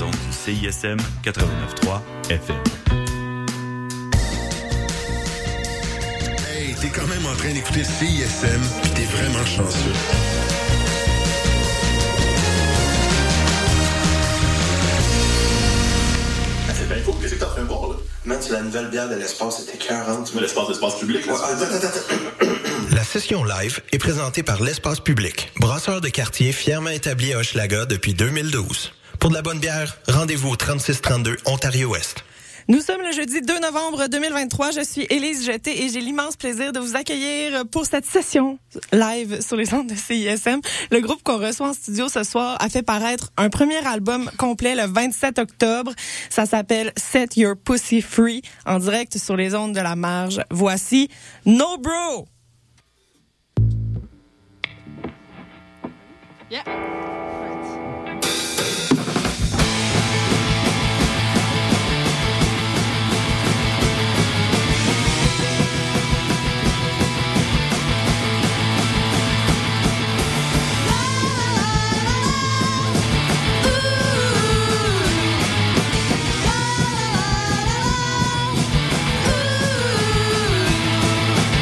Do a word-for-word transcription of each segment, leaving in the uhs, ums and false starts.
les ondes du C I S M quatre-vingt-neuf trois F M. Hey, t'es quand même en train d'écouter C I S M, pis t'es vraiment chanceux. C'est bien cool, qu'est-ce que t'es en train de voir, là? Man, c'est la nouvelle bière de l'espace, c'était écœurante. Mais l'espace, l'espace public, là. Ouais, attends, attends, attends. La session live est présentée par l'Espace Public, brasseur de quartier fièrement établi à Hochelaga depuis deux mille douze. Pour de la bonne bière, rendez-vous au trente-six trente-deux Ontario-Ouest. Nous sommes le jeudi deux novembre deux mille vingt-trois. Je suis Élise Jeté et j'ai l'immense plaisir de vous accueillir pour cette session live sur les ondes de C I S M. Le groupe qu'on reçoit en studio ce soir a fait paraître un premier album complet le vingt-sept octobre. Ça s'appelle Set Your Pussy Free, en direct sur les ondes de la marge. Voici No Bro! Yeah.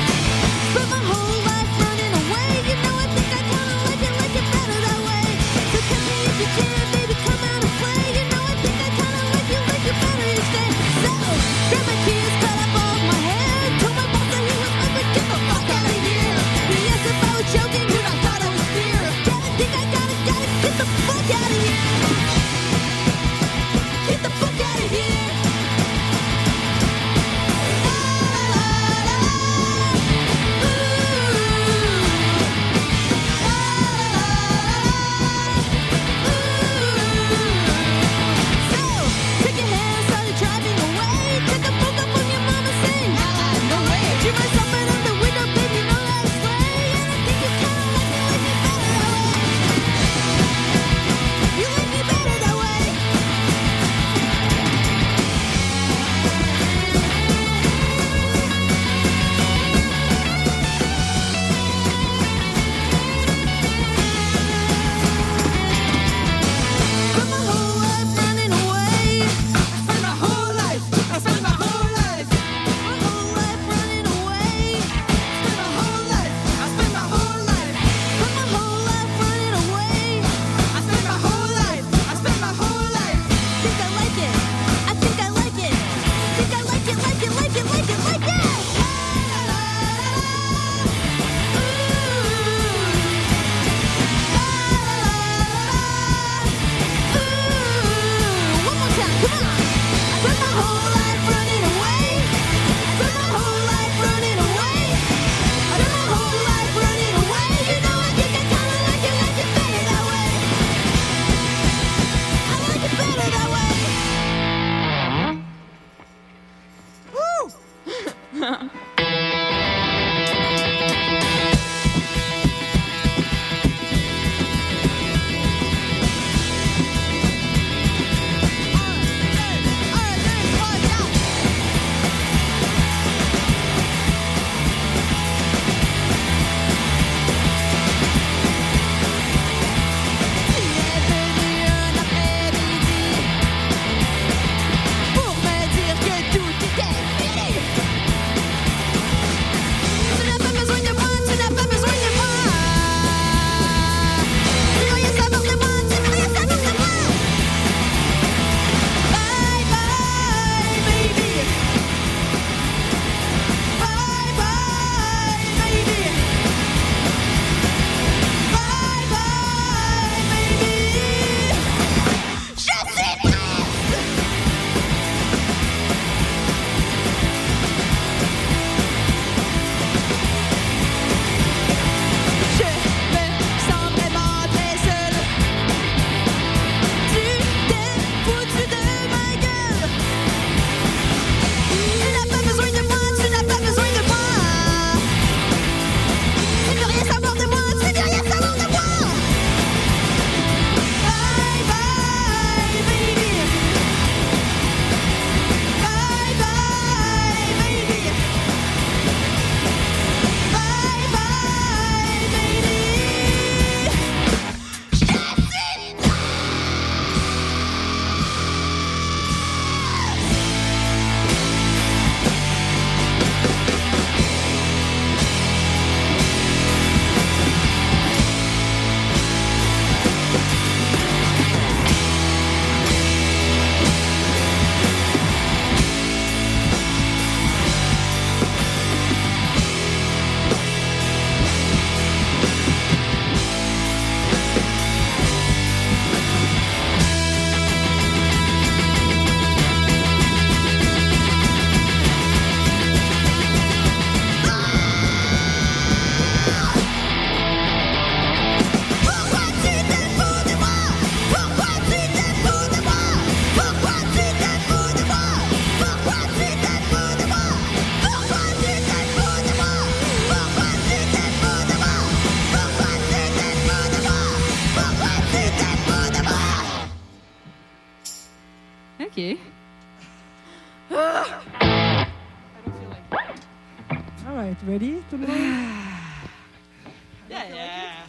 But my whole life running away, you know I think I'd wanna like it, like it better that way. OK. All right, ready, tout le monde? Yeah, yeah.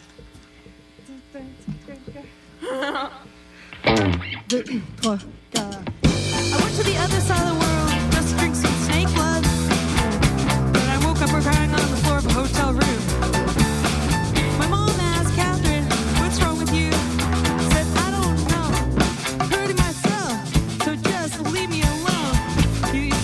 Deux, trois, quatre. I went to the other side of the world just to drink some snake blood. But I woke up crying on the floor of a hotel room. My mom asked Catherine, what's wrong with you? I said, I don't know. I'm hurting myself, so just leave me alone. You,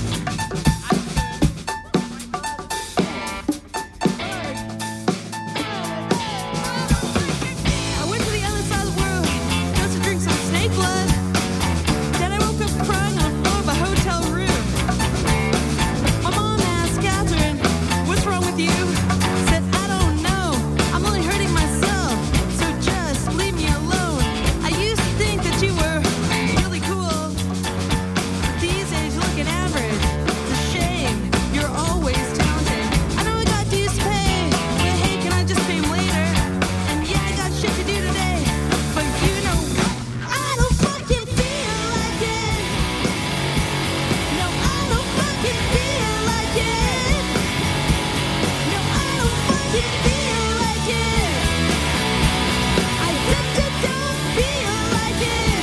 I went to the other side of the world just to drink some snake blood. Then I woke up crying on the floor of a hotel room. My mom asked Catherine, what's wrong with you? I said, I don't know. I'm only hurting myself, so just leave me alone. I used to think that you were really cool. But these days you're looking average. It's a shame. You're always talented. I know I got dues to pay, but hey, can I just pay 'em later? And yeah, I got shit to do today. But you know what? I don't fucking feel like it. No, I don't fucking feel like it. No, I don't fucking feel like it. I just don't feel like it.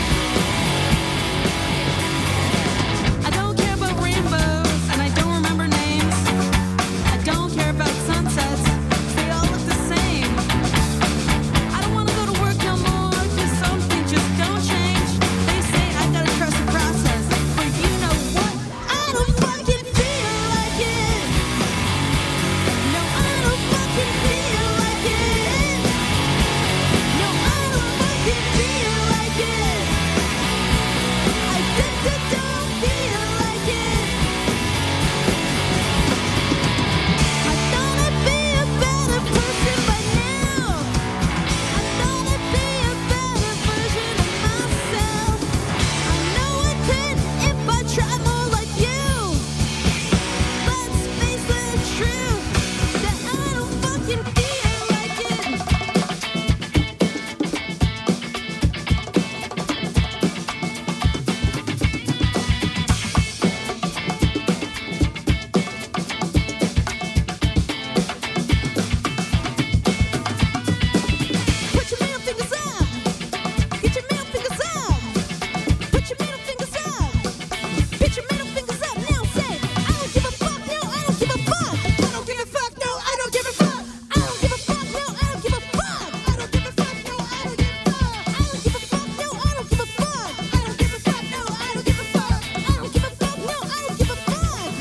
I don't care about rainbows, and I don't remember names. I don't care about sunsets, they all look the same. I don't wanna go to work no more, cause some things just don't change. They say I gotta trust the process, but you know what? I don't fucking feel like it. No, I don't fucking feel like it. No, I don't fucking feel like it. I just don't feel like it. I thought I'd be a better person by now. I thought I'd be a better version of myself. I know I could if I tried more like you. Let's face the truth that I don't fucking feel like it. Put your middle fingers up. Get your middle fingers up. Put your middle fingers up. Put your middle fingers up. Now say, I don't give a fuck. No, I don't give a fuck. I don't give a fuck. No, I don't give a fuck. I don't give a fuck. No, I don't give a fuck. I don't give a fuck. No, I don't give a fuck. I don't give a fuck. No, I don't give a fuck. I don't give a fuck. No, I don't give a fuck. I don't give a fuck. No, I don't give a fuck. I don't give a fuck. No, I don't.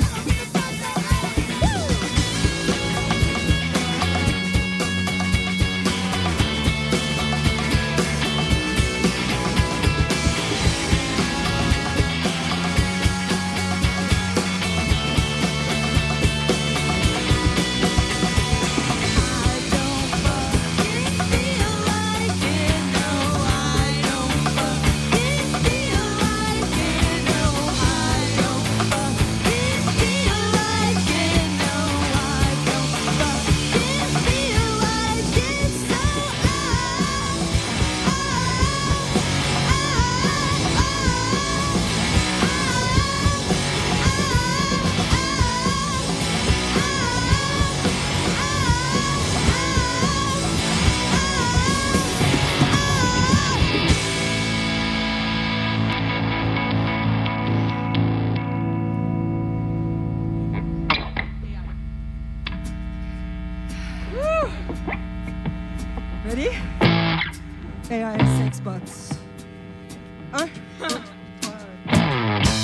Ready? A I S Sex Bots. Un, deux, trois.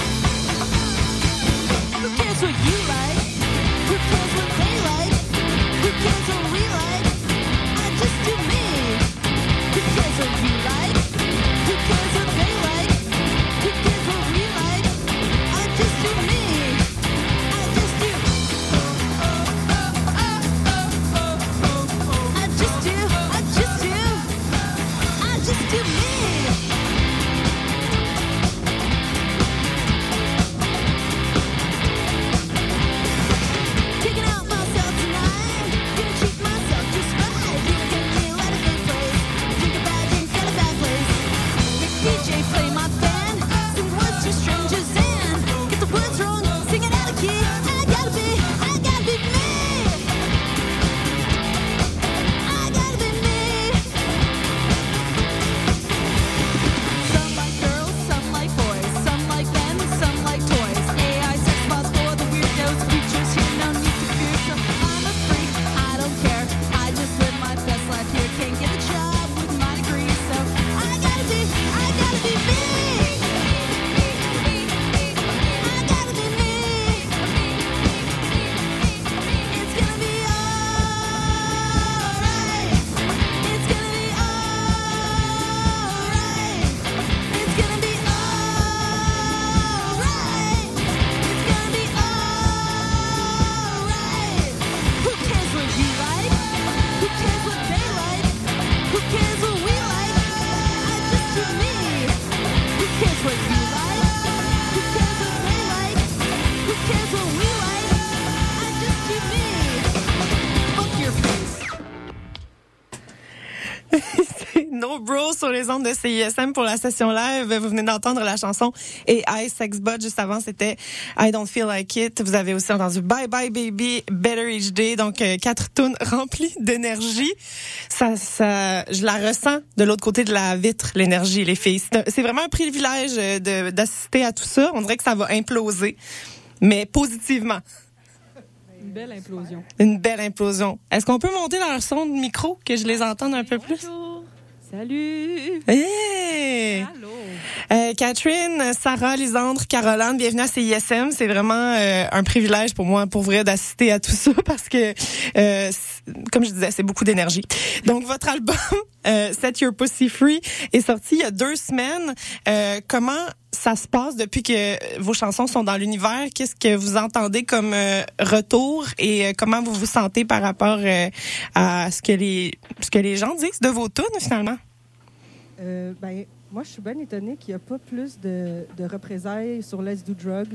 Who cares what you like? Who cares what they like? C'est No Bro sur les ondes de C I S M pour la session live. Vous venez d'entendre la chanson A I Sexbot. Juste avant, c'était I Don't Feel Like It. Vous avez aussi entendu Bye Bye Baby, Better Each Day. Donc, euh, quatre tunes remplies d'énergie. Ça, ça, je la ressens de l'autre côté de la vitre, l'énergie, les filles. C'est, c'est vraiment un privilège de, d'assister à tout ça. On dirait que ça va imploser, mais positivement. Une belle implosion. Une belle implosion. Est-ce qu'on peut monter leur son de micro, que je les entende un peu plus? Bonjour. Salut. Hey! Allô. Euh, Catherine, Sarah, Lisandre, Caroline, bienvenue à C I S M. C'est vraiment euh, un privilège pour moi, pour vrai, d'assister à tout ça parce que, euh, comme je disais, c'est beaucoup d'énergie. Donc, votre album, euh, Set Your Pussy Free, est sorti il y a deux semaines. Euh, comment ça se passe depuis que vos chansons sont dans l'univers? Qu'est-ce que vous entendez comme euh, retour et euh, comment vous vous sentez par rapport euh, à ce que les ce que les gens disent de vos tunes, finalement? Euh, ben, moi, je suis bien étonnée qu'il n'y a pas plus de, de représailles sur Let's Do Drugs.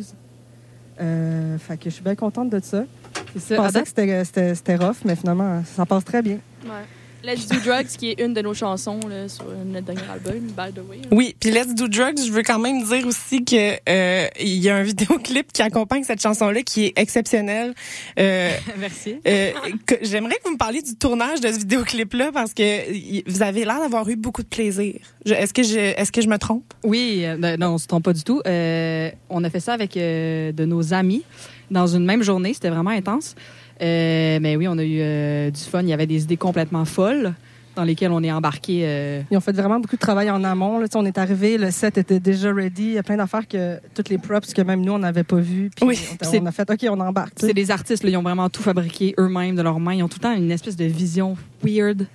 Euh, fait que je suis bien contente de ça. C'est ça. Je pensais Adam? que c'était, c'était, c'était rough, mais finalement, ça passe très bien. Ouais. Let's Do Drugs, qui est une de nos chansons là, sur notre dernier album, by the way. Oui, puis Let's Do Drugs, je veux quand même dire aussi que euh, il y a un vidéoclip qui accompagne cette chanson-là qui est exceptionnel. Euh, Merci. euh, que, j'aimerais que vous me parliez du tournage de ce vidéoclip-là parce que y, vous avez l'air d'avoir eu beaucoup de plaisir. Je, est-ce que je, est-ce que je me trompe? Oui, euh, non, on se trompe pas du tout. Euh, on a fait ça avec euh, de nos amis dans une même journée. C'était vraiment intense. Euh, mais oui, on a eu euh, du fun. Il y avait des idées complètement folles dans lesquelles on est embarqué. Euh... Ils ont fait vraiment beaucoup de travail en amont. Là. On est arrivé, le set était déjà ready. Il y a plein d'affaires que toutes les props que même nous, on n'avait pas vues. Puis Oui, on, c'est- on a fait, OK, on embarque. tu sais. C'est des artistes, là, ils ont vraiment tout fabriqué eux-mêmes de leurs mains. Ils ont tout le temps une espèce de vision weird.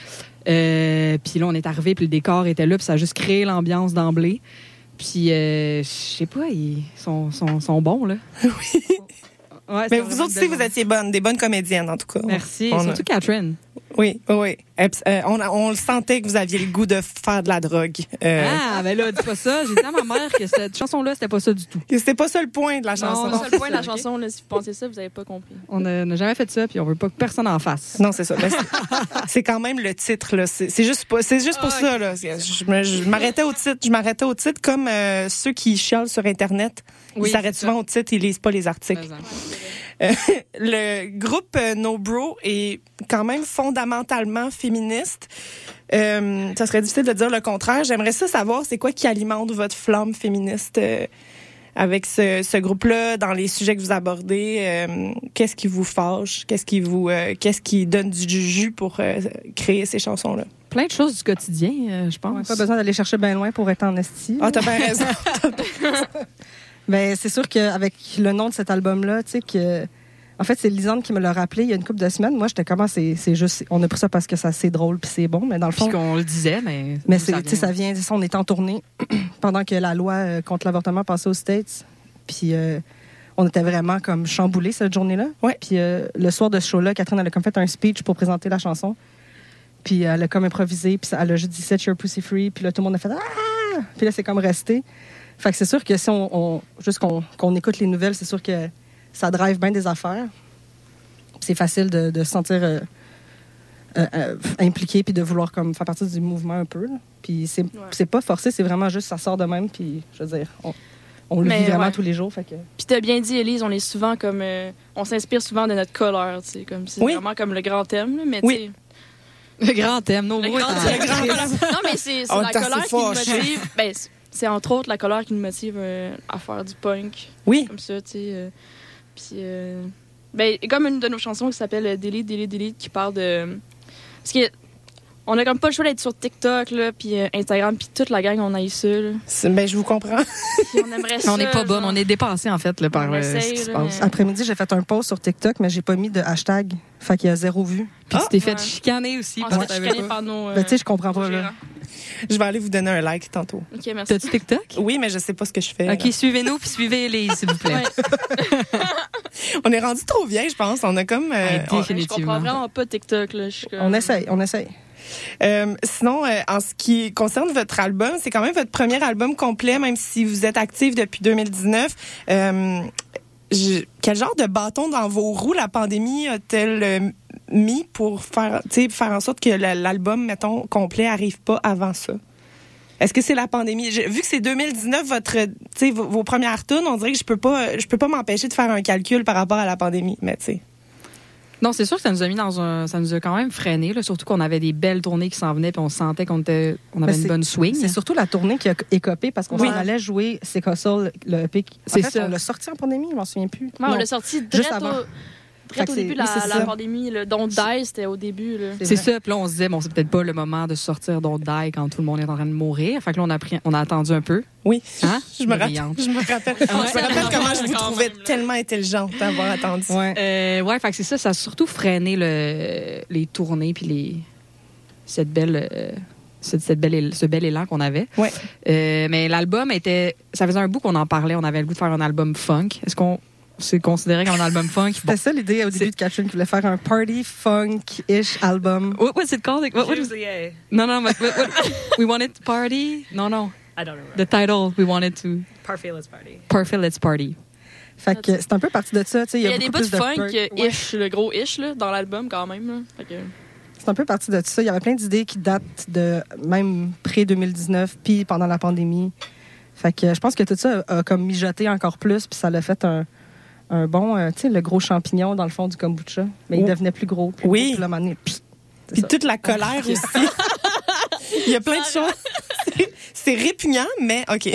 Euh, puis là, on est arrivé, puis le décor était là, puis ça a juste créé l'ambiance d'emblée. Puis, euh, je sais pas, ils sont, sont, sont bons, là. Oui. Ouais, Mais c'est vous vraiment autres une aussi, belle vous étiez bonnes, des bonnes comédiennes en tout cas. Merci, On a- surtout Catherine. Oui, oui, oui. Et puis, euh, on, a- on le sentait que vous aviez le goût de faire de la drogue. Euh, Ah, ben là, dis pas ça. J'ai dit à ma mère que cette chanson-là, c'était pas ça du tout. C'était pas ça le point de la chanson. C'est le seul point de la chanson, là, si vous pensez ça, vous n'avez pas compris. On n'a n'a jamais fait ça, puis on veut pas que personne en fasse. Non, c'est ça. Ben, c'est, c'est quand même le titre là. C'est, c'est juste pas, c'est juste pour Ah, ça là. C'est- Je, me- je m'arrêtais au titre. Je m'arrêtais au titre comme euh, ceux qui chialent sur Internet. Oui, Ils s'arrêtent c'est ça. souvent au titre, ils lisent pas les articles. Mais, hein. Euh, le groupe euh, No Bro est quand même fondamentalement féministe. Euh, ça serait difficile de dire le contraire. J'aimerais ça savoir, c'est quoi qui alimente votre flamme féministe euh, avec ce, ce groupe-là, dans les sujets que vous abordez. Euh, qu'est-ce qui vous fâche? Qu'est-ce qui vous, euh, qu'est-ce qui donne du jus pour euh, créer ces chansons-là? Plein de choses du quotidien, euh, je pense. Ouais, pas besoin d'aller chercher bien loin pour être en esti. Ah, t'as bien raison. Ben, c'est sûr qu'avec le nom de cet album-là, tu sais, que. En fait, c'est Lisande qui me l'a rappelé il y a une couple de semaines. Moi, j'étais comment, c'est, c'est juste. On a pris ça parce que ça, c'est drôle puis c'est bon, mais dans le fond. Puis qu'on le disait, mais. Mais ça c'est, vient- tu sais, ça vient, c'est ça, on était en tournée pendant que la loi euh, contre l'avortement passait aux States. Puis euh, on était vraiment comme chamboulés cette journée-là. Ouais. Puis euh, le soir de ce show-là, Catherine, elle a comme fait un speech pour présenter la chanson. Puis elle a comme improvisé, puis ça- elle a juste dit Set Your Pussy Free. Puis là, tout le monde a fait Ah! Puis là, c'est comme resté. Fait que c'est sûr que si on, on- juste qu'on, qu'on écoute les nouvelles, c'est sûr que ça drive bien des affaires. Puis c'est facile de, de se sentir euh, euh, euh, impliqué puis de vouloir comme faire partie du mouvement un peu. là. Puis c'est, c'est pas forcé, c'est vraiment juste ça sort de même. Puis je veux dire, on, on le Mais vit vraiment ouais. tous les jours. Fait que... Puis t'as bien dit, Élise, on est souvent comme... euh, on s'inspire souvent de notre couleur, tu sais, comme c'est Oui. vraiment comme le grand thème, là, mais tu Oui. sais... Le grand thème, nos Le mots. grand étant- thème. Non, mais c'est, c'est On la est assez colère qui nous fâchés. motive... Ben, c'est- c'est entre autres la colère qui nous motive euh, à faire du punk, Oui. comme ça, tu sais. euh, Puis... euh, ben, comme une de nos chansons qui s'appelle euh, Delete, Delete, Delete, qui parle de... Parce que... On a comme pas le choix d'être sur TikTok, là, puis euh, Instagram, puis toute la gang, on a eu ça, là. C'est- ben, je vous comprends. Puis on aimerait ça. On n'est pas genre. bonne, on est dépassé en fait là, par On euh, essaye, ce qui se là, passe. mais- Après-midi, j'ai fait un post sur TikTok, mais j'ai pas mis de hashtag. Fait qu'il y a zéro vue. Puis tu t'es fait Ouais. chicaner aussi. On parce s'est que fait t'avais chicaner pas- par nos... euh, Ben, tu sais, je comprends pas. nos Là. gérants. Je vais aller vous donner un like tantôt. OK, merci. T'as-tu TikTok? Oui, mais je sais pas ce que je fais. OK, suivez-nous puis suivez Élise, s'il vous plaît. Ouais. On est rendu trop vieille, je pense. On a comme. euh, Ouais, on- Je définitivement. comprends vraiment pas TikTok, là. Je suis comme- On essaye, on essaye. Euh, sinon, euh, en ce qui concerne votre album, c'est quand même votre premier album complet, même si vous êtes actif depuis deux mille dix-neuf. Euh, je- quel genre de bâton dans vos roues la pandémie a-t-elle euh, mis pour faire, tu sais, faire en sorte que le- l'album, mettons, complet arrive pas avant ça? Est-ce que c'est la pandémie? Je- vu que c'est deux mille dix-neuf, votre, tu sais, vos, vos premières tunes, on dirait que je peux pas, je peux pas m'empêcher de faire un calcul par rapport à la pandémie, mais tu sais. Non, c'est sûr que ça nous a mis dans un. Ça nous a quand même freiné, là, surtout qu'on avait des belles tournées qui s'en venaient, puis on sentait qu'on était, on avait Ben, une c'est- bonne swing. C'est surtout la tournée qui a écopé parce qu'on Oui. s'en allait jouer C'est Hustle, le pic. En C'est fait, ça. on l'a sorti en pandémie, je m'en souviens plus. Ouais, on Non. l'a sorti Juste direct avant. au, Fait direct que au c'est- début de la, oui, c'est la ça. pandémie. Là. Don't Die, c'était au début. Là. C'est C'est vrai. ça, puis là, on se disait, bon, c'est peut-être pas le moment de sortir Don't Die quand tout le monde est en train de mourir. Fait que là, on a, pris, on a attendu un peu. Oui. Hein? Je me rappelle, Brillante. je me rappelle, je me rappelle comment je vous trouvais tellement intelligente d'avoir attendu. Ouais. Euh, ouais, fait que c'est ça, ça a surtout freiné le, les tournées puis les cette belle euh, cette, cette belle él- ce bel élan qu'on avait. Ouais. Euh, mais l'album était, ça faisait un bout qu'on en parlait, on avait le goût de faire un album funk. Est-ce qu'on c'est considéré comme un album funk? C'était ça l'idée au début de Catherine qui voulait faire un party funk-ish album. What was it called? What, what was, Juicy. no, no, what, what, we wanted to party. No, no. I don't remember. The title, we wanted to Parfait, let's party. Parfait, let's party. Fait que c'est un peu parti de ça. Tu sais, Il y a, beaucoup des bouts plus de funk funk. euh, Ouais. ish, le gros ish là, dans l'album quand même. Là. Fait que- C'est un peu parti de ça. Il y avait plein d'idées qui datent de même pré-deux mille dix-neuf, puis pendant la pandémie. Fait que je pense que tout ça a, a comme mijoté encore plus, puis ça l'a fait un, un bon, euh, tu sais, le gros champignon dans le fond du kombucha. Mais il Oh. devenait plus gros, plus Oui. gros, puis là, à un moment donné, pis, c'est Puis ça. toute la colère aussi. Il y a plein de choses. C'est- C'est répugnant, mais OK.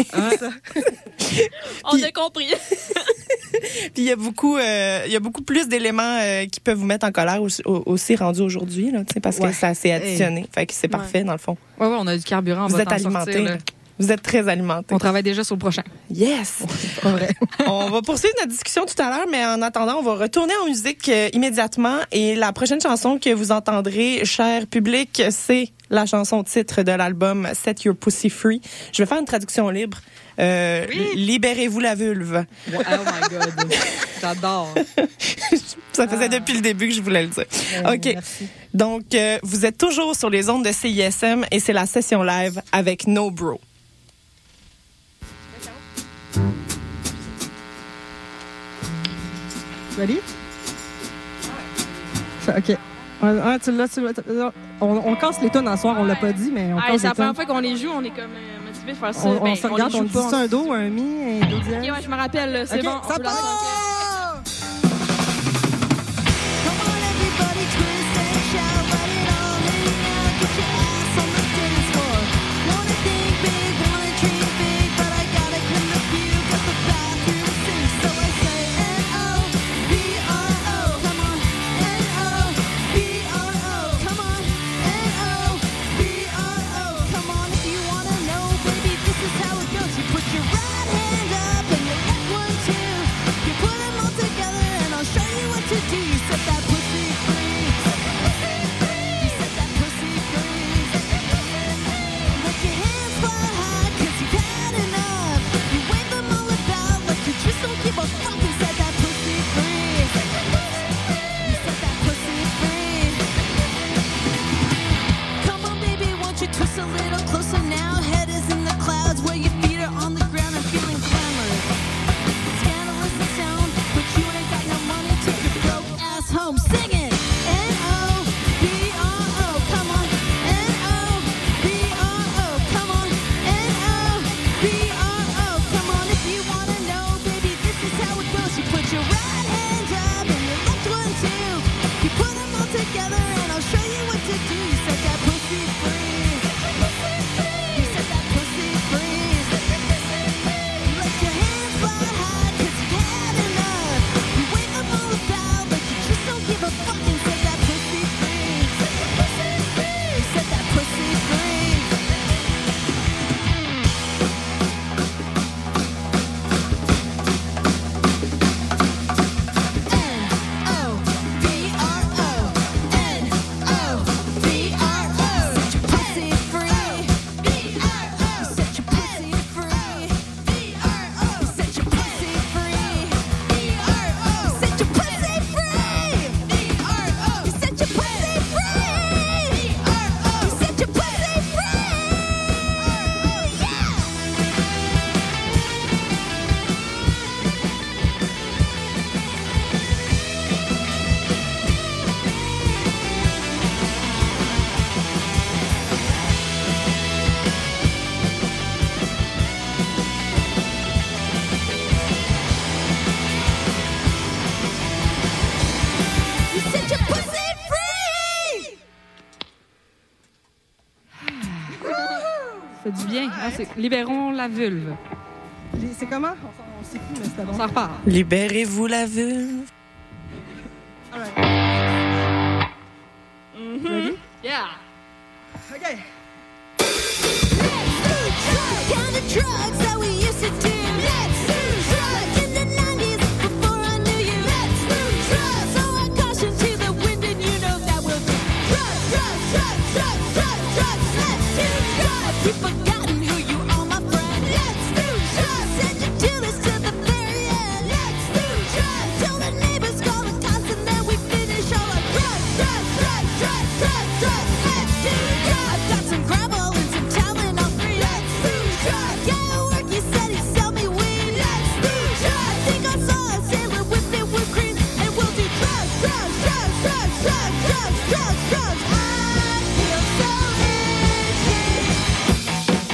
On Puis- a compris. Puis il y a beaucoup, euh, il y a beaucoup plus d'éléments euh, qui peuvent vous mettre en colère aussi, au- aussi rendus aujourd'hui, là, tu sais, parce Ouais. que ça s'est additionné. Fait que c'est parfait, dans le fond. Ouais, ouais, on a du carburant. On Vous va êtes t'en alimenté. sortir, là. là. Vous êtes très alimenté. On travaille déjà sur le prochain. Yes! C'est pas vrai. On va poursuivre notre discussion tout à l'heure, mais en attendant, on va retourner en musique euh, immédiatement. Et la prochaine chanson que vous entendrez, cher public, c'est la chanson titre de l'album Set Your Pussy Free. Je vais faire une traduction libre. Euh, Libérez-vous la vulve. Oh my God. J'adore. Ça faisait depuis le début que je voulais le dire. Euh, OK. Merci. Donc, euh, vous êtes toujours sur les ondes de C I S M et c'est la session live avec No Bro. Ready? Fait- OK. Un, un, tu l'as, tu l'as, tu l'as. On, on casse les tonnes en soir, on l'a pas dit, mais on Ah, casse c'est la les première tonnes. fois qu'on les joue, on est comme euh, motivé de faire ça. On, on Ben, se regarde, les on joue dit pas, ça on- un do, un mi, un do Ok, dièse. ouais, je me rappelle, là, c'est OK, bon. on ça peut l'entendre. part! Come on, everybody, twist and shout, let it all in now. Get your ass on the dance floor. Wanna think big, wanna dream big, but I gotta clean the view, 'cause the bathroom stinks. So I say N O B R O. Come on, N O B R O. Come on, N O B R O. Come on, if you wanna know, baby, this is how it goes. You put your right hand up and your left one too. You put fait du bien. Ah, c'est... Libérons la vulve. Les- C'est comment? On s'en- on sait plus, mais c'était bon. On s'en repart. Libérez-vous la vulve. All right. Ready? Yeah! OK. Kind of drugs that we used to do. Let's do drugs in the nineties before I knew you. Let's do drugs. So I caution to the wind, and you know that we'll do drugs, drugs, drugs, drugs, drugs, drugs. Let's do drugs. Have you forgotten who you are, my friend? Let's do drugs. Said you do this to the very end. Let's do drugs. Till the neighbors call the cops, and then we finish all our drugs, drugs, drugs, drugs, drugs, drugs. Let's do drugs. I've got some gravel and some Tylenol free. Let's do drugs. Guy at work, he said he'd sell me weed. Let's do drugs. I think I saw a sailor with it whipped cream, and we'll do drugs, drugs, drugs, drugs, drugs, drugs, drugs, drugs. I feel so itchy.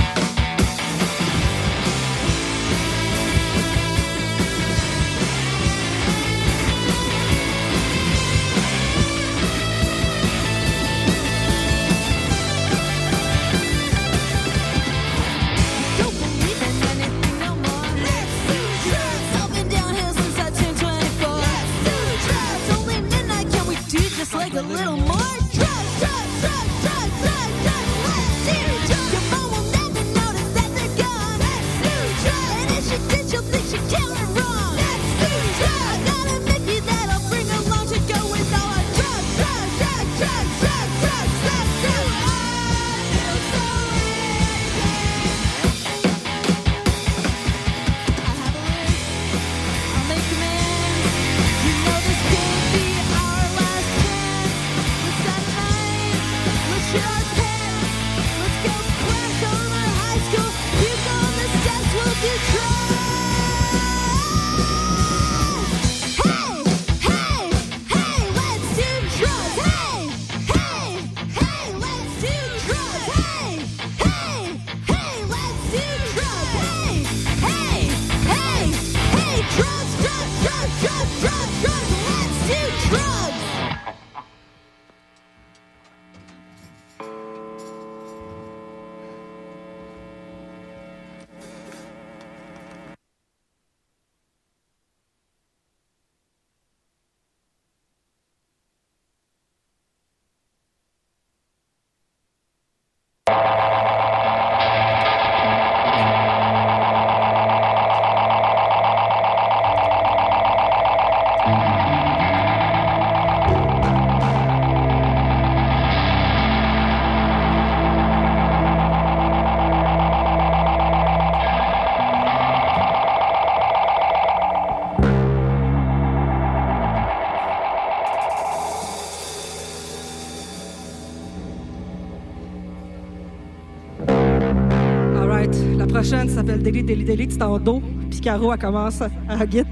Don't believe in anything no more. Let's do drugs. I've been downhill since I turned twenty-four. Let's do drugs. Only midnight, can we do just like a little more? Drugs, drugs, drugs, drugs, drugs, drugs. Let's do drugs. Your mom will never notice that they're gone. Let's do drugs. And if she did, she'll think she counted wrong. Let's do drugs. I got a Mickey that I'll bring along to go with all our drugs, drugs, drugs, drugs, drugs, drugs. Let's do it. I feel so I'll make demands. You know this could be our last chance. Let's set mine. Let's shit our pants. Let's go crash on our high school. Puke on the steps. We'll do drugs. Hey, hey, hey, let's do drugs. Hey, hey, hey, let's do drugs. Hey, hey, hey, let's do drugs. Hey, hey, hey, hey, drugs, drugs, drugs, drugs, drugs, drugs. Let's do drugs. All right. La prochaine s'appelle Delete, Delete, Delete. C'est en Do. Puis Caro, elle commence à, à Git.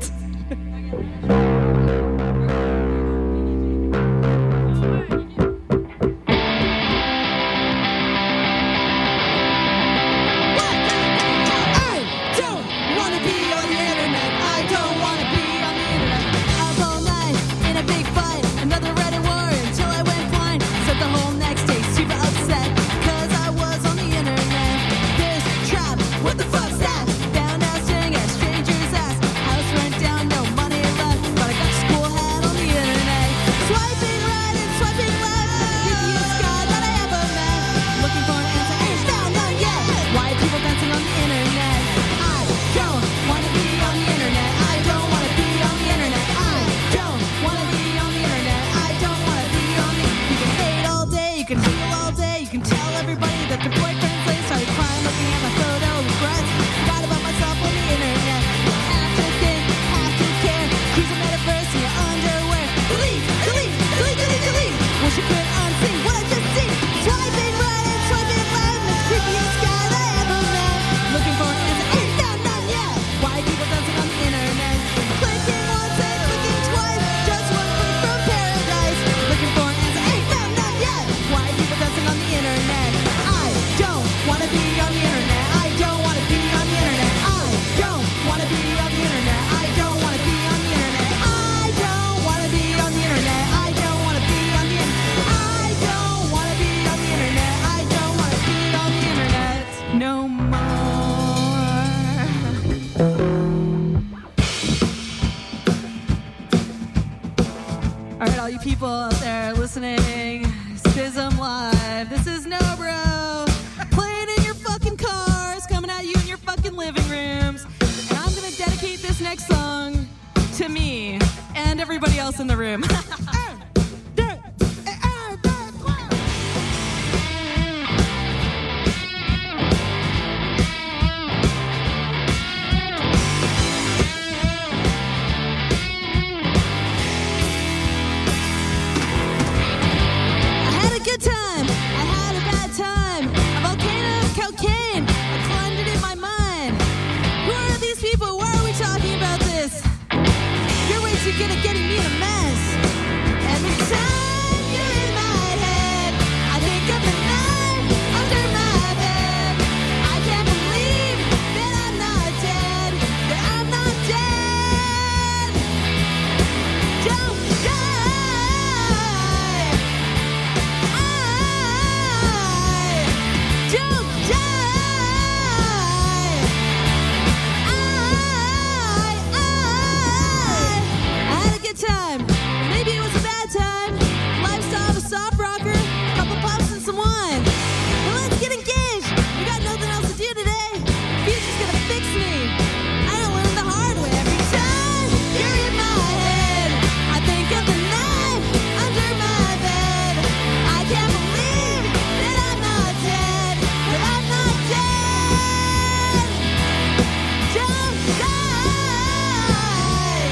I don't wanna be on the internet. I don't wanna be on the internet. Up all night in a big fight, another Reddit war until I went blind. Spent the whole next day super upset, cause I was on the internet. There's trap, what the fuck's that? Down now staring at strangers' ass. House burnt down, no money left. listening. Schism Live. This is No Bro. Playing in your fucking cars, coming at you in your fucking living rooms. And I'm gonna dedicate this next song to me and everybody else in the room. You're gonna getting me in a mess. Every time you're in my head, I think of the knife under my bed. I can't believe that I'm not dead, that I'm not dead. Don't die. I don't die. I had a good time. Maybe it was a bad time. Lifestyle of a soft rocker, couple puffs and some wine. Well, let's get engaged. We got nothing else to do today. Future's gonna fix me. I don't learn the hard way. Every time you're in my head, I think of the knife under my bed. I can't believe that I'm not dead, that I'm not dead. Don't die.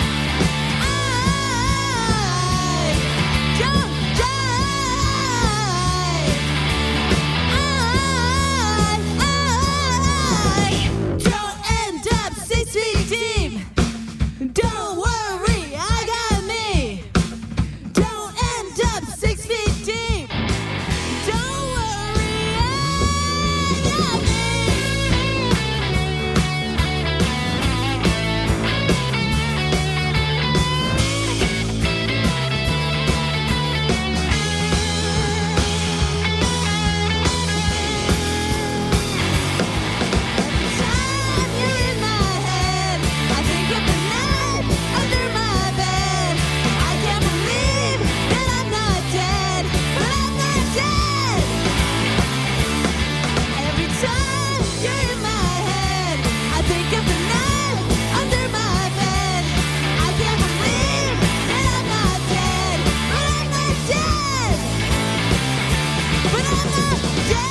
Don't die. I don't end up six feet deep. Don't worry, I got me. Don't end up six feet deep. Don't worry, I got me. Time you're in my head, I think of the knife under my bed. I can't believe that I'm not dead, but I'm not dead. Every time you're in my head, I think of the knife under my bed. I can't believe that I'm not dead, but I'm not dead. But I'm not dead.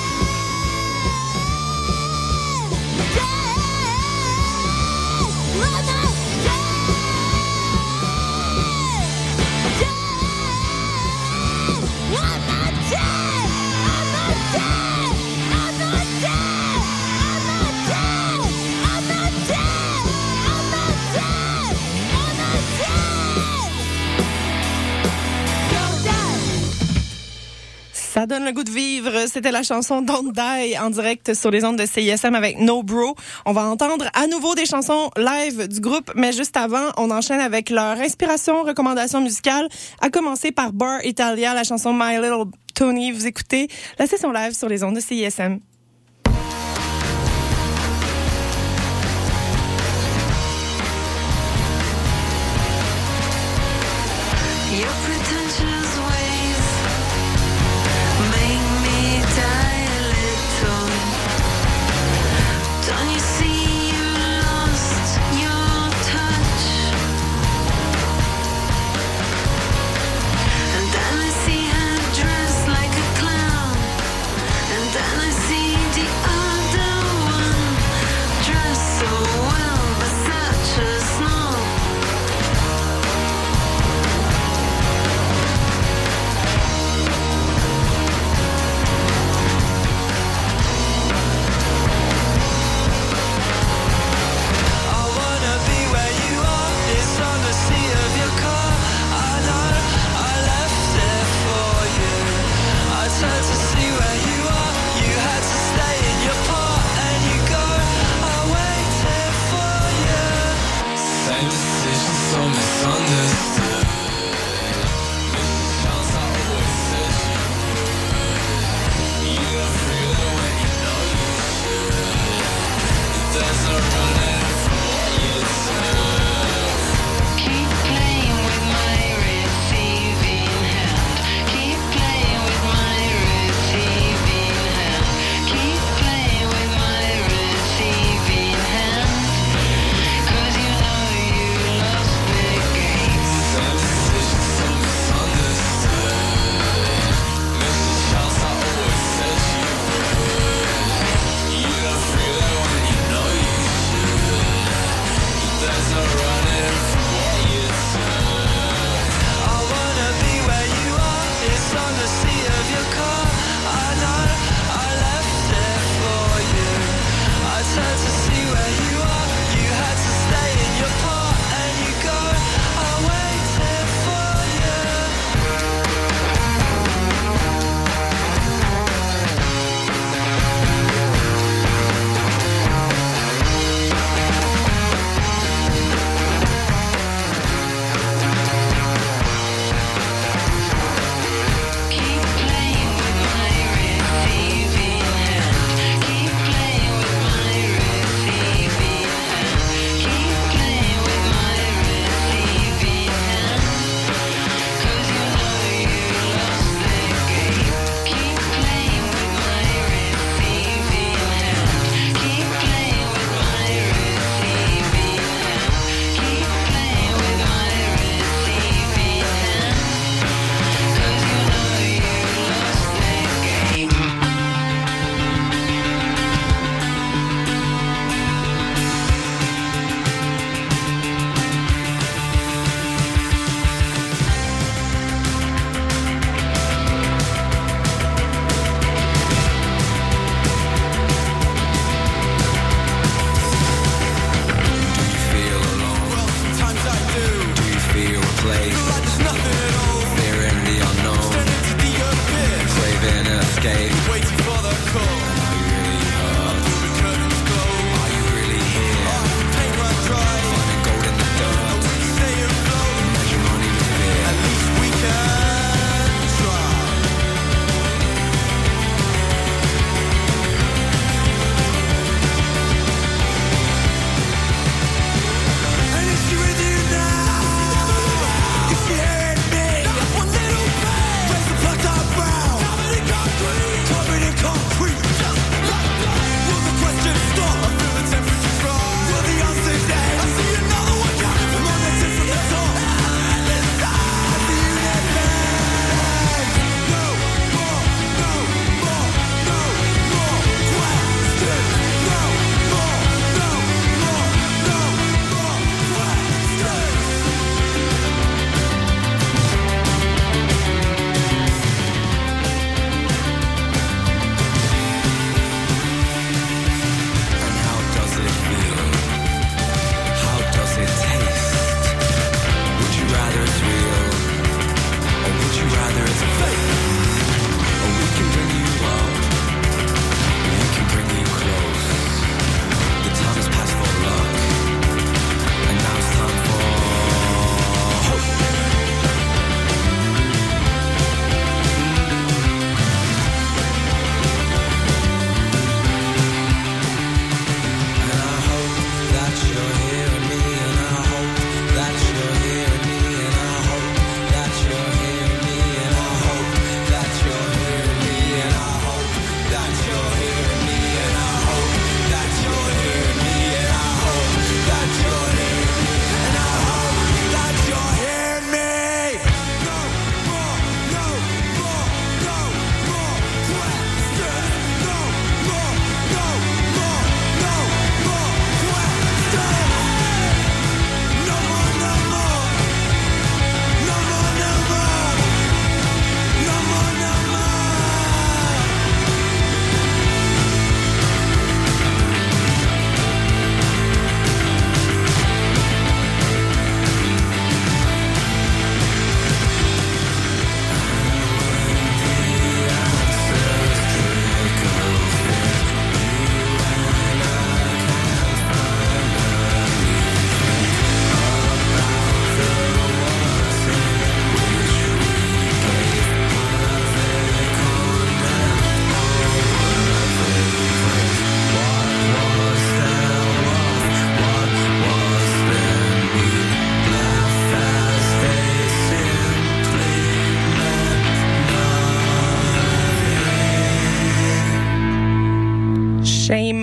Ça donne le goût de vivre. C'était la chanson Don't Die en direct sur les ondes de C I S M avec No Bro. On va entendre à nouveau des chansons live du groupe, mais juste avant, on enchaîne avec leur inspiration, recommandation musicale, à commencer par Bar Italia, la chanson My Little Tony. Vous écoutez la session live sur les ondes de C I S M. Your pretentious ways make me die a little. Don't you see you lost your touch? And then I see her dressed like a clown. And then I see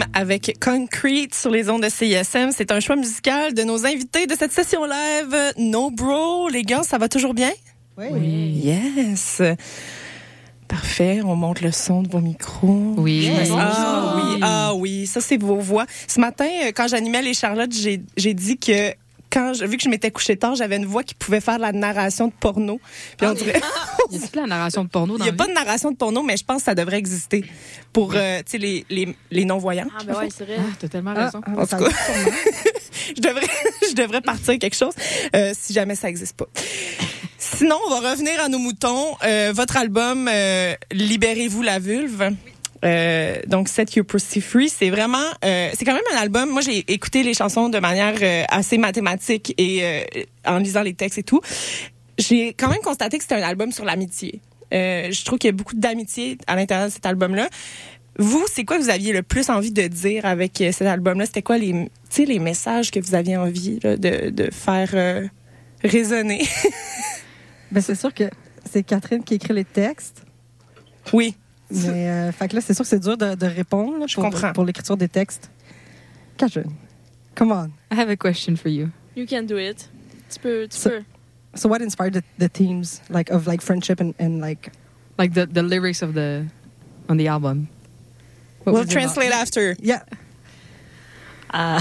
avec Concrete sur les ondes de C I S M. C'est un choix musical de nos invités de cette session live. No Bro, les gars, ça va toujours bien? Oui. Yes. Parfait, on monte le son de vos micros. Oui. Yes. Oui. Ah oui, ah oui, ça c'est vos voix. Ce matin, euh, quand j'animais les Charlottes, j'ai, j'ai dit que quand je, vu que je m'étais couchée tard, j'avais une voix qui pouvait faire de la narration de porno. Puis on dirait... Il y a toute la narration de porno dans Il n'y a la pas vie? de narration de porno, mais je pense que ça devrait exister pour euh, tu sais, les, les, les non-voyants. Ah, ben ouais, c'est vrai. Ah, t'as tellement Ah, raison. ah, En ça tout cas. existe sûrement. je devrais je devrais partir quelque chose euh, si jamais ça n'existe pas. Sinon, on va revenir à nos moutons. Euh, votre album euh, Libérez-vous la vulve. Euh, donc Set Your Pussy Free, c'est vraiment euh, c'est quand même un album. Moi, j'ai écouté les chansons de manière euh, assez mathématique et euh, en lisant les textes et tout. J'ai quand même constaté que c'était un album sur l'amitié. Euh, je trouve qu'il y a beaucoup d'amitié à l'intérieur de cet album-là. Vous, c'est quoi que vous aviez le plus envie de dire avec euh, cet album-là? C'était quoi les, tu sais, les messages que vous aviez envie là, de, de faire euh, résonner? Ben, c'est sûr que c'est Catherine qui écrit les textes. Oui. Mais, euh, fait que là, c'est sûr que c'est dur de, de répondre là, Je pour, comprends. pour l'écriture des textes. Catherine, come on. I have a question for you. You can do it. Tu peux, tu So- peux. So what inspired the, the themes like of like friendship and, and like Like the, the lyrics of the on the album. What We'll was it about? translate after. yeah. Ah.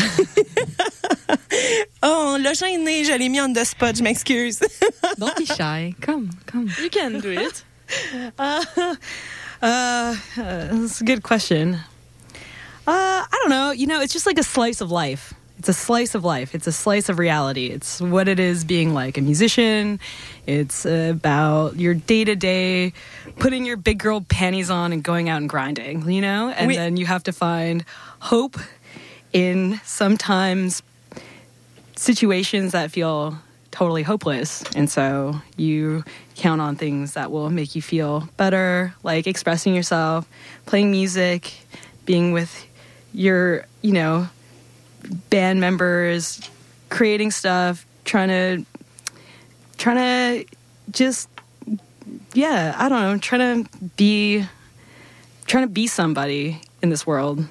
Oh, le gêné, je l'ai mis on the spot, je m'excuse. Don't be shy. Come, come. You can do it. Uh, uh, that's a good question. Uh, I don't know. You know, it's just like a slice of life. It's a slice of life. It's a slice of reality. It's what it is being like a musician. It's about your day to day, putting your big girl panties on and going out and grinding, you know? And Oui. then you have to find hope in sometimes situations that feel totally hopeless. And so you count on things that will make you feel better, like expressing yourself, playing music, being with your, you know, band members, creating stuff, trying to trying to just yeah, I don't know, trying to be trying to be somebody in this world.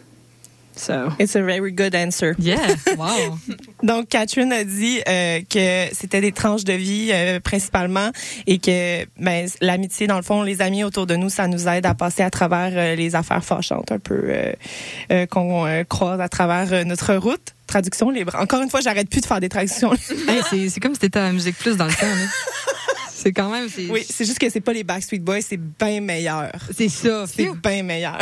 So It's a very good answer. Yeah. Wow. Donc, Catherine a dit euh, que c'était des tranches de vie euh, principalement et que ben, l'amitié, dans le fond, les amis autour de nous, ça nous aide à passer à travers euh, les affaires fâchantes un peu euh, euh, qu'on euh, croise à travers euh, notre route. Traduction libre. Encore une fois, j'arrête plus de faire des traductions. Hey, c'est, c'est comme si t'étais à la Musique Plus dans le temps. Là. C'est quand même... C'est, Oui, c'est juste que c'est pas les Backstreet Boys, c'est bien meilleur. c'est ça. C'est bien meilleur.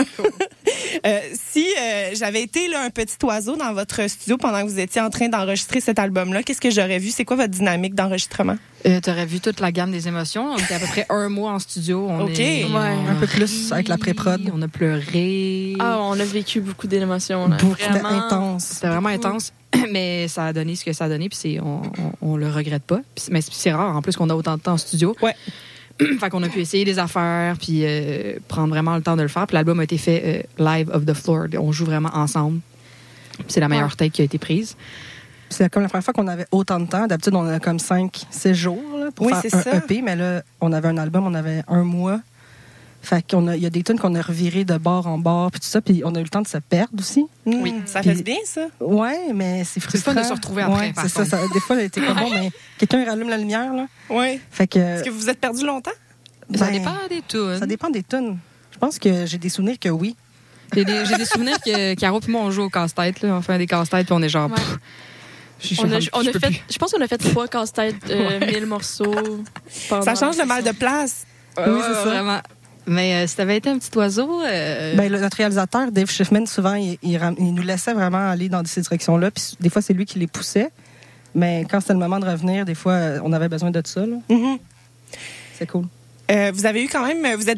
Euh, si euh, j'avais été là, un petit oiseau dans votre studio pendant que vous étiez en train d'enregistrer cet album-là, qu'est-ce que j'aurais vu? C'est quoi votre dynamique d'enregistrement? Euh, t'aurais vu toute la gamme des émotions. On était à peu près un mois en studio. On OK. est- Ouais. on Un a peu plus ri, avec la pré-prod. On a pleuré. Ah, on a vécu beaucoup d'émotions. là. Beaucoup, c'était Vraiment. intense. C'était vraiment intense. Mais ça a donné ce que ça a donné, puis c'est, on, on, on le regrette pas. Puis c'est- mais c'est c'est rare, en plus, qu'on a autant de temps en studio. Ouais. Fait qu'on a pu essayer des affaires, puis euh, prendre vraiment le temps de le faire. Puis l'album a été fait euh, live of the floor. On joue vraiment ensemble. Puis c'est la meilleure take qui a été prise. C'est comme la première fois qu'on avait autant de temps. D'habitude, on a comme cinq, six jours là, pour Oui, faire c'est un ça. E P, mais là, on avait un album, on avait un mois. Fait qu'on a, il y a des tunes qu'on a revirées de bord en bord, puis tout ça, puis on a eu le temps de se perdre aussi. Oui, ça Puis- fait bien, ça. Ouais, mais c'est frustrant. fun de se retrouver après, Ouais, par c'est ça, contre. ça. Des fois, t'es comme bon, mais quelqu'un rallume la lumière, là. Oui. Fait que. Est-ce que vous vous êtes perdu longtemps? Ça ben, dépend des tunes. Ça dépend des tunes. Je pense que j'ai des souvenirs que oui. J'ai des, j'ai des souvenirs que Caro et moi, on joue au casse-tête. Là. On fait des casse-têtes, puis on est genre... Ouais. pff, je- je- On a, je- on je a peux fait, plus. je pense qu'on a fait trois casse-têtes, euh, mille morceaux. pendant Ça change la le mal de session. place. Oui, c'est ça. Vraiment. Mais euh, si t'avais été un petit oiseau... euh, Ben, le- notre réalisateur, Dave Schiffman, souvent, il, il ram- il nous laissait vraiment aller dans ces directions-là. Puis des fois, c'est lui qui les poussait. Mais quand c'était le moment de revenir, des fois, euh, on avait besoin de ça. là. Mhm. C'est cool. Euh, vous avez eu quand même, vous êtes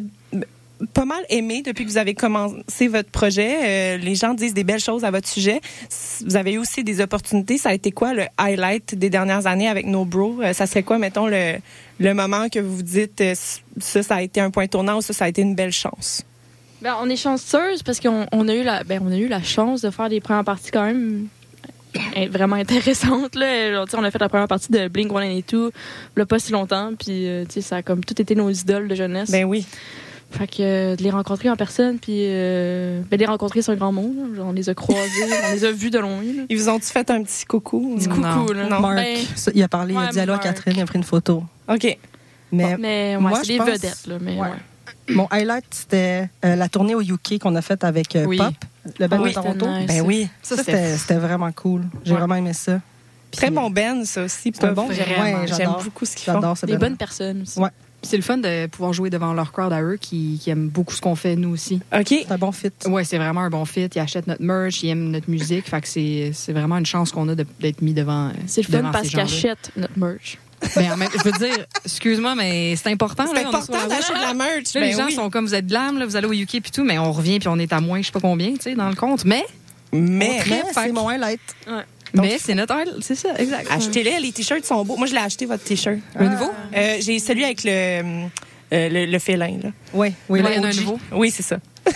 pas mal aimé depuis que vous avez commencé votre projet. Euh, les gens disent des belles choses à votre sujet. Vous avez eu aussi des opportunités. Ça a été quoi le highlight des dernières années avec No Bro? Euh, ça serait quoi, mettons, le, le moment que vous vous dites euh, ça, ça a été un point tournant ou ça, ça a été une belle chance? Ben, on est chanceuse parce qu'on on a eu la, ben, on a eu la chance de faire des premières parties quand même euh, vraiment intéressantes. Là. Genre, tu sais, on a fait la première partie de Blink one eighty-two il y a pas si longtemps. Puis, euh, tu sais, ça a comme tout été nos idoles de jeunesse. Ben oui. Fait que euh, de les rencontrer en personne, puis euh, ben, les rencontrer, c'est un grand mot. Là. On les a croisés, on les a vus de loin. Là. Ils vous ont-tu fait un petit coucou? Petit coucou, là. Non. Marc, Ben, ça, il a parlé, il a ouais, dit allô à Marc. Catherine, il a pris une photo. OK. Mais, mais ouais, moi, c'est je des pense- vedettes, là. Mais, Ouais. ouais. Mon highlight, c'était euh, la tournée au U K qu'on a faite avec euh, Oui. Pop, le band Ah oui, de Toronto. c'était nice. Ben oui. Ça, Ça, c'était c'était- c'était vraiment cool. J'ai Ouais. vraiment aimé ça. Puis, Très bon Ben, ça aussi. C'est un Pop. bon J'aime- vraiment, ouais, J'aime j'adore. beaucoup ce qu'ils font. J'adore ce Des band. bonnes personnes aussi. Ouais. C'est le fun de pouvoir jouer devant leur crowd à eux qui, qui aiment beaucoup ce qu'on fait, nous aussi. OK. C'est un bon fit. Ouais, c'est vraiment un bon fit. Ils achètent notre merch, ils aiment notre musique. Fait que c'est, c'est vraiment une chance qu'on a de- d'être mis devant. C'est le fun devant parce ces qu'ils gens-là. achètent notre merch. Mais en même, je veux dire, excuse-moi, mais c'est important. C'est là, on est important sur la d'acheter de la merch. Là, les Ben gens oui. sont comme, vous êtes glam, là, vous allez au U K puis tout, mais on revient puis on est à moins, je sais pas combien, tu sais, dans le compte. Mais, Mais, Mais Fait c'est que- mon highlight. mais c'est notre c'est ça, exact. achetez-les. Les t-shirts sont beaux. Moi, je l'ai acheté, votre t-shirt. Le nouveau? Euh, J'ai celui avec le, euh, le, le félin, là. Oui, oui. Là, le il y en a un O G. nouveau. Oui, c'est ça.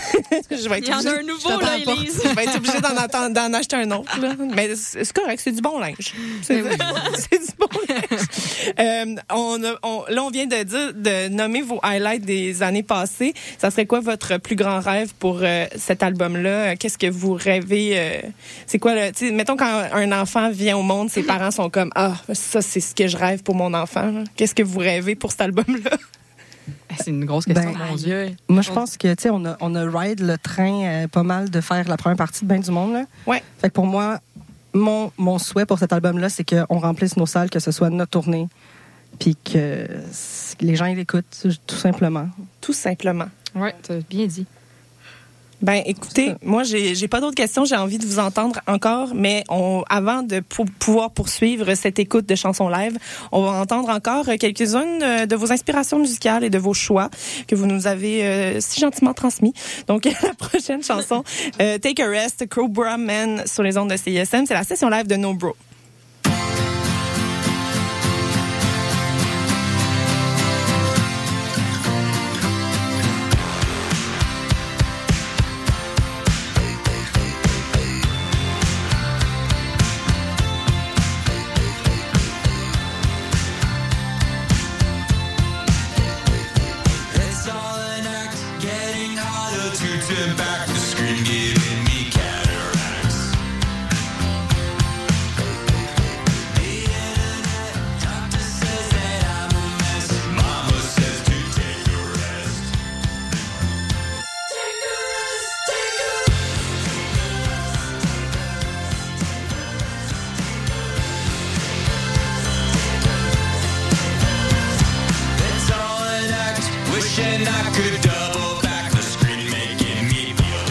je vais être Il y en a obligée- un nouveau, je t'attends là, à la porte. Élise. Je vais être obligée d'en, attendre- d'en acheter un autre. Là. Mais c'est c'est correct, c'est du bon linge. C'est, c'est du bon linge. Euh, on a- on- là, on vient de dire, de nommer vos highlights des années passées. Ça serait quoi votre plus grand rêve pour euh, cet album-là? Qu'est-ce que vous rêvez? euh, c'est quoi, le, tu sais, mettons, quand un enfant vient au monde, ses parents sont comme, ah, ça, c'est ce que je rêve pour mon enfant. là. Qu'est-ce que vous rêvez pour cet album-là? C'est une grosse question, Ben, mon Dieu. Moi, je pense que, tu sais, on a, on a ride le train euh, pas mal de faire la première partie de Bain du Monde. Là. Ouais. Fait que pour moi, mon, mon souhait pour cet album-là, c'est qu'on remplisse nos salles, que ce soit notre tournée, puis que c- les gens ils l'écoutent, tout simplement. Tout simplement. Ouais, t'as bien dit. Ben, écoutez, moi, j'ai, j'ai pas d'autres questions. J'ai envie de vous entendre encore, mais on, avant de pou- pouvoir poursuivre cette écoute de chansons live, on va entendre encore quelques-unes de, de vos inspirations musicales et de vos choix que vous nous avez euh, si gentiment transmis. Donc, la prochaine chanson, euh, Take a Rest, Cobra Man sur les ondes de C I S M, c'est la session live de No Bro. It's all an act, getting harder to turn back the screen, giving me cataracts. The internet doctor says that I'm a mess. Mama says to take a rest. Take a rest, take a It's all an act, wishing I could double back the screen, making me feel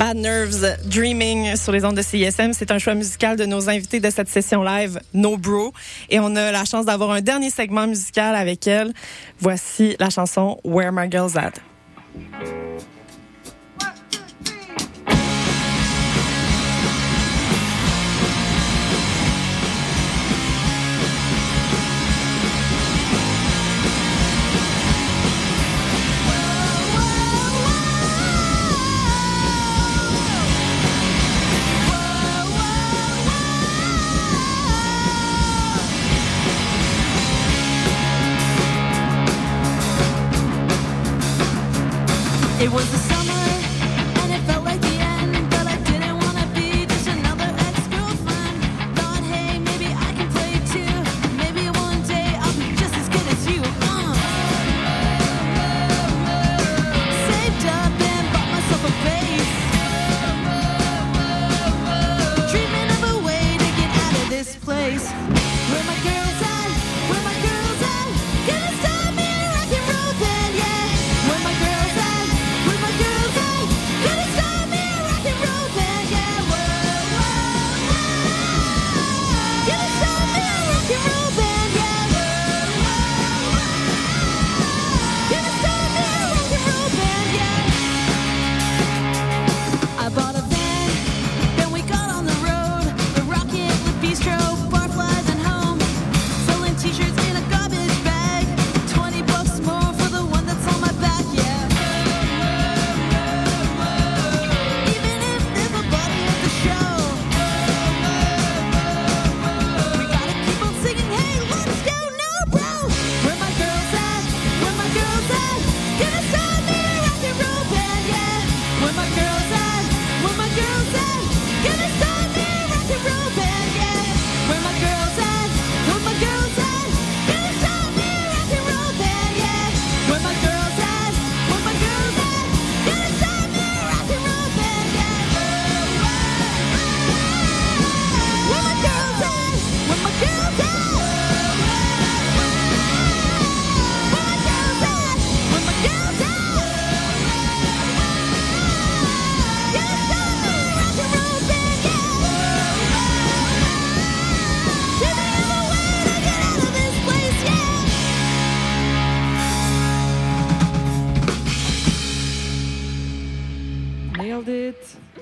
Bad Nerves, Dreaming sur les ondes de C I S M. C'est un choix musical de nos invités de cette session live, No Bro. Et on a la chance d'avoir un dernier segment musical avec elle. Voici la chanson Where My Girl's At. It was the summer, and it felt like the end, but I didn't want to be just another ex-girlfriend. Thought, hey, maybe I can play too. Maybe one day I'll be just as good as you. Uh. Saved up and bought myself a bass. Dreaming of a way to get out of this place. Where my girl's at? Where my girl's at? Gonna stop me a rock and roll band, yeah. Where my girl's at? Where my girl's at? Gonna start me a rock and roll band, yeah. Whoa, whoa, whoa. Gonna start me a rock and roll band, yeah. Whoa, whoa, whoa. Gonna start me a rock and roll band, yeah. I bought a van, then we got on the road. The Rocket with Bistro, barflies and home. Selling t-shirts in a garbage bag. Twenty bucks more for the one that's on my back, yeah. Even if there's a body at the show, we gotta keep on singing, hey, let's go, no, bro. Where my girl's at? Where my girl's at? Gonna start me a rock and roll band, yeah. Where my girl's at? Where my girl's at? Gonna start me a rock and roll band, yeah. Where my girl's at? Where my girl's at? Gonna start me a rock and roll band, yeah. Where my girl's at? Where my girl's at? Gonna start me a rock and roll band, yeah. Where my girl's at? Where my girl's at? Where my girl's at? Where my girl's at? Gonna start me a rock and roll band, yeah. Give me a way to get out of this place, yeah. Nailed it.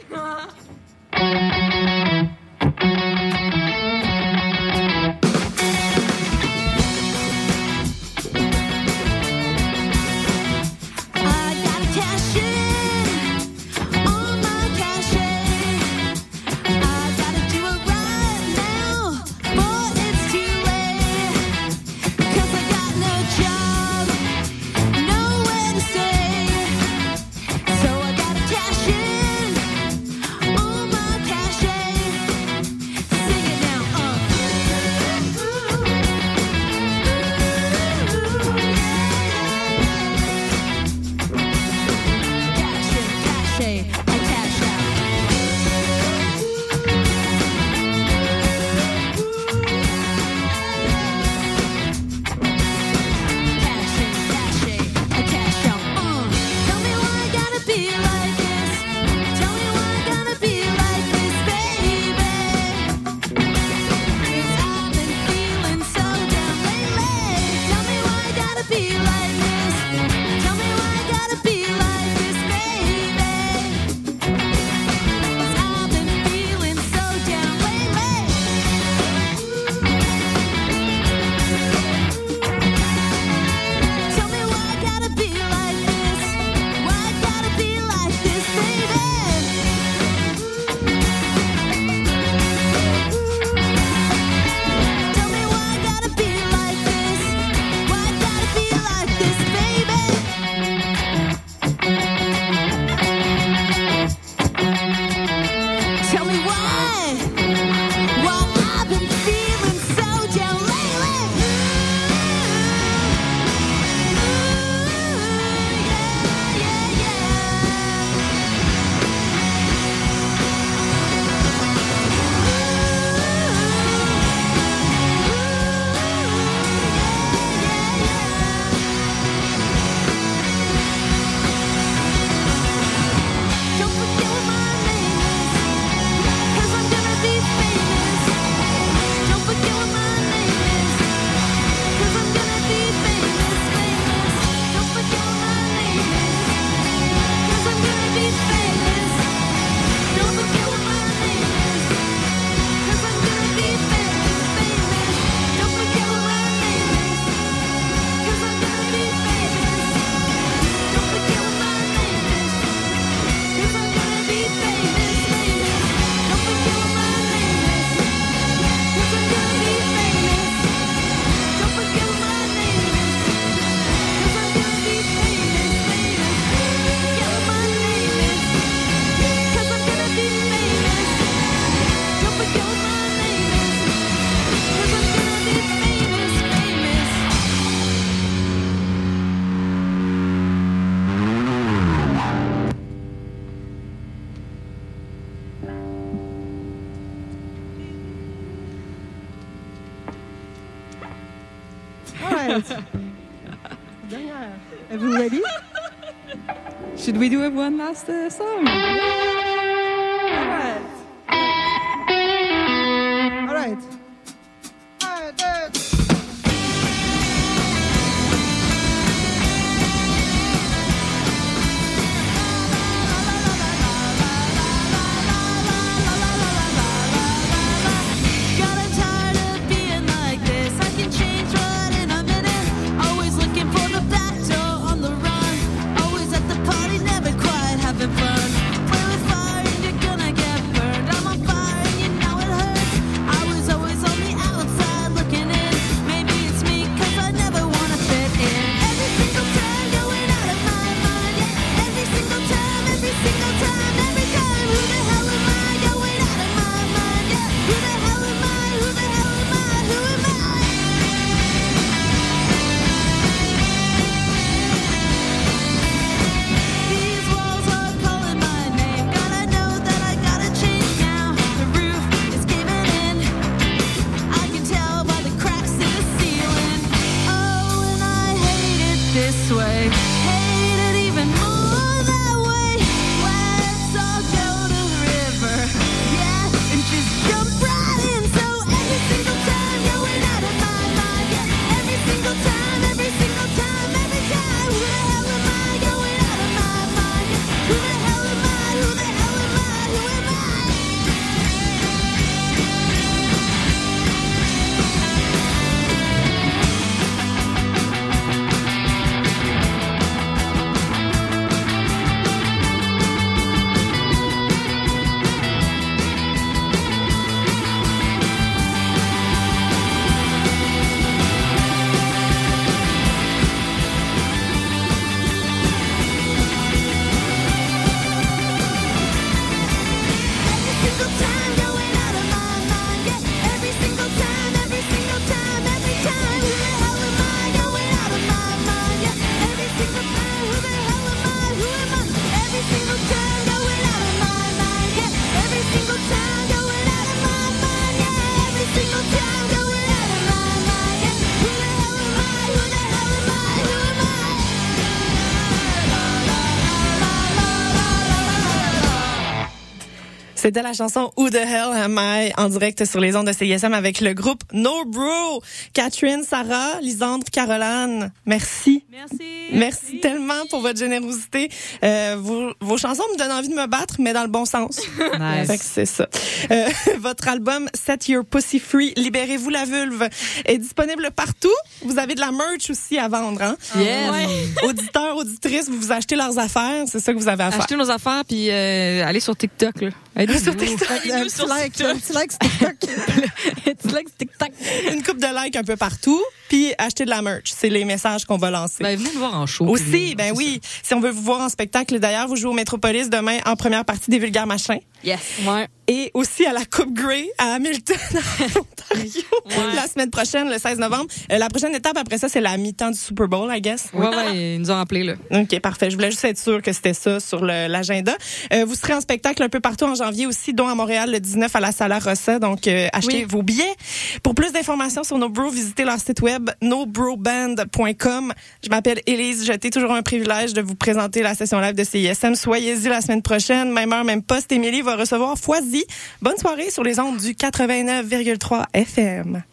I gotta cash in on my cash in. I gotta do it right now before it's too late. 'Cause I got no job, nowhere to stay. So I gotta cash in on my cash in. right. Dernière. Are you ready? Should we do one last uh, song? All right. All right. God, I'm tired of being like this. I can change right in a minute. Always looking for the back door on the run. Always at the party, never quite having fun. Play with fire and you're gonna get burned. I'm on fire and you know it hurts. I was always on the outside looking in. Maybe it's me 'cause I never wanna fit in. Every single time going out of my mind. Yeah, every single time, every single time, every time. Who the hell am I going out of my mind? Yeah, who the hell am I? Who the hell am I? Who am I? These walls are calling my name. God, I know that I gotta change now. The roof is caving in. I can tell by the cracks in the ceiling. Oh, and I hate it this way. Hate it even more that way. Let's all go to the river. Yeah, and just jump right in. So every single time going out of my mind. Yeah, every single time, every single time, every time. Who the hell am I going out of my mind? Yeah, who the hell am I? Who the hell am I? Who am I? Every single time going out of my mind. Yeah, every single time, every single time, every time. Who the hell am I going out of my mind? Yeah, every single time. Who the hell am I? Who am I? Every single time going out of my mind. Yeah, every single time going out of my mind. Yeah, every single time going out of my mind. Yeah, who the hell am I? Who the hell am I? Who am I? C'était la chanson Who the Hell Am I en direct sur les ondes de C I S M avec le groupe No Bro. Catherine, Sarah, Lisandre, Caroline, merci. Merci. Merci tellement pour votre générosité. Euh, vos, vos chansons me donnent envie de me battre, mais dans le bon sens. Nice. Fait que c'est ça. Euh, votre album Set Your Pussy Free, Libérez-vous la vulve, est disponible partout. Vous avez de la merch aussi à vendre, hein? Yes. Ouais. Auditeurs, auditrices, vous vous achetez leurs affaires, c'est ça que vous avez à faire. Achetez nos affaires puis euh, allez sur TikTok là. Allez sur TikTok. Un petit like, un petit like sur TikTok. Un petit like sur TikTok. Une coupe de likes un peu partout, puis acheter de la merch. C'est les messages qu'on va lancer. Ben, venez nous voir en show. Aussi, puis, ben oui. Si on veut vous voir en spectacle, d'ailleurs, vous jouez au Métropolis demain en première partie des Vulgaires Machins. Yes. Ouais. Et aussi à la Coupe Grey à Hamilton, en Ontario, Ouais. la semaine prochaine, le seize novembre. Euh, la prochaine étape après ça, c'est la mi-temps du Super Bowl, I guess. Ouais, ouais, ils nous ont appelés, là. OK, parfait. Je voulais juste être sûre que c'était ça sur le- l'agenda. Euh, vous serez en spectacle un peu partout en janvier aussi, dont à Montréal le dix-neuf à la Sala Rossa. Donc, euh, achetez Oui. vos billets. Pour plus d'informations sur No Bro, visitez leur site web no bro band point com. Je m'appelle Élise Jeté. Toujours un privilège de vous présenter la session live de C I S M. Soyez-y la semaine prochaine. Même heure, même poste. Émilie va recevoir Foisy. Bonne soirée sur les ondes du quatre-vingt-neuf virgule trois F M.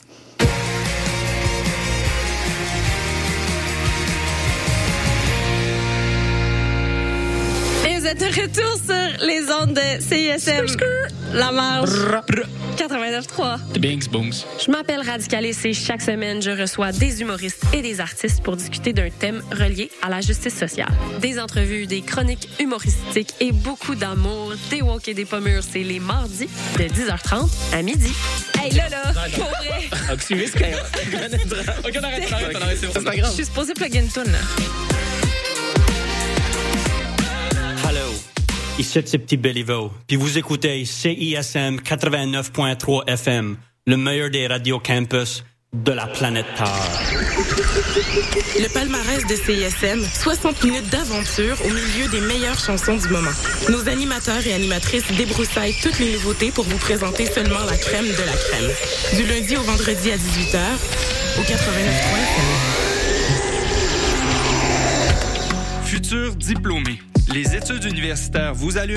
Et vous êtes de retour sur les ondes de C I S M. La marge. quatre-vingt-neuf trois. The Bings Booms. Je m'appelle Radicalis et chaque semaine, je reçois des humoristes et des artistes pour discuter d'un thème relié à la justice sociale. Des entrevues, des chroniques humoristiques et beaucoup d'amour. Des walk et des pommures, c'est les mardis de dix heures trente à midi. Hey, là, là, pour vrai. Optimiste, OK, on arrête, on arrête, on arrête, c'est pas Je suis supposée plugger une toune, là. Hello, ici c'est Petit Béliveau, puis vous écoutez C I S M quatre-vingt-neuf point trois F M, le meilleur des radios campus de la planète Terre. Le palmarès de C I S M, soixante minutes d'aventure au milieu des meilleures chansons du moment. Nos animateurs et animatrices débroussaillent toutes les nouveautés pour vous présenter seulement la crème de la crème. Du lundi au vendredi à dix-huit heures, au quatre-vingt-neuf point trois F M. Futurs diplômés, les études universitaires vous allument.